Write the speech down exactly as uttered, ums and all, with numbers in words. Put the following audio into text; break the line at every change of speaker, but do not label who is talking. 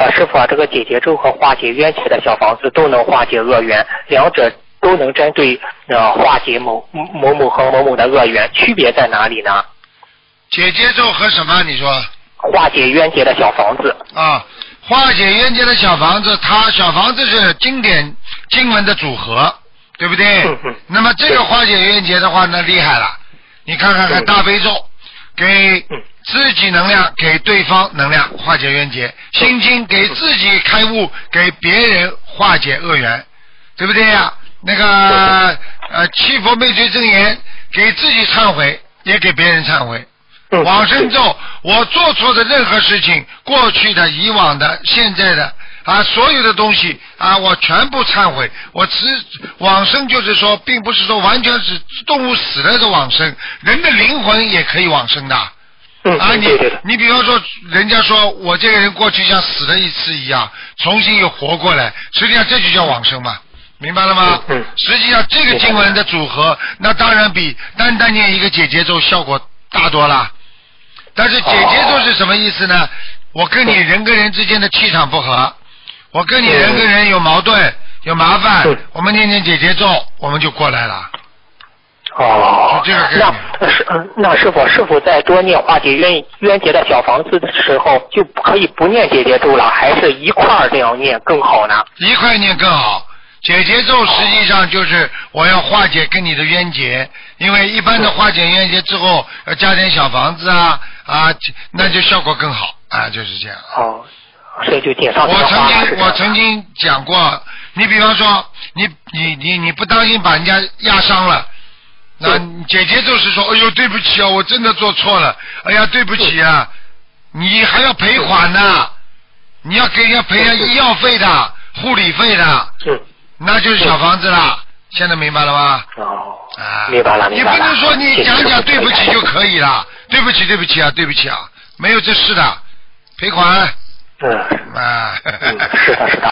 呃，师傅啊，这个解结咒和化解冤结的小房子都能化解恶缘，两者都能针对呃化解某某某和某某的恶缘，区别在哪里呢？
解结咒和什么？你说？
化解冤结的小房子。
啊，化解冤结的小房子，它小房子是经典经文的组合，对不对？
嗯嗯。
那么这个化解冤结的话，那厉害了。你看看看大悲咒，给自己能量，给对方能量，化解冤结；心经给自己开悟，给别人化解恶缘，对不对呀？那个呃七佛灭罪真言，给自己忏悔，也给别人忏悔。往生咒，我做错的任何事情，过去的、以往的、现在的啊，所有的东西啊，我全部忏悔。我只往生就是说，并不是说完全是动物死了的往生，人的灵魂也可以往生的。啊，你你比方说，人家说我这个人过去像死了一次一样，重新又活过来，实际上这就叫往生嘛。明白了吗？嗯。实际上这个经文的组合，那当然比单单念一个解结咒效果大多了。但是解结咒是什么意思呢？我跟你人跟人之间的气场不合，我跟你人跟人有矛盾有麻烦，我们念念解结咒，我们就过来了。
哦，那是那师傅师傅在多念化解冤冤结的小房子的时候，就可以不念解结咒了，还是一块儿这样念更好呢？
一块念更好。解结咒实际上就是我要化解跟你的冤结，因为一般的化解冤结之后，要加点小房子啊啊，那就效果更好啊，就是这样。
哦，所以就点上。
我曾经我曾经讲过，你比方说你你你你不当心把人家压伤了，那解结咒是说，哎呦对不起啊，我真的做错了，哎呀对不起啊，你还要赔款呢，你要给人家赔人家医药费的、护理费的。是。那就是小房子了，现在明白了吗？
哦，啊，明白了，明白了。
你不能说你讲讲对不起就可以了，对不起，对不起啊，对不起啊，没有这事的，赔款。
嗯，
啊，
嗯，是的，是的。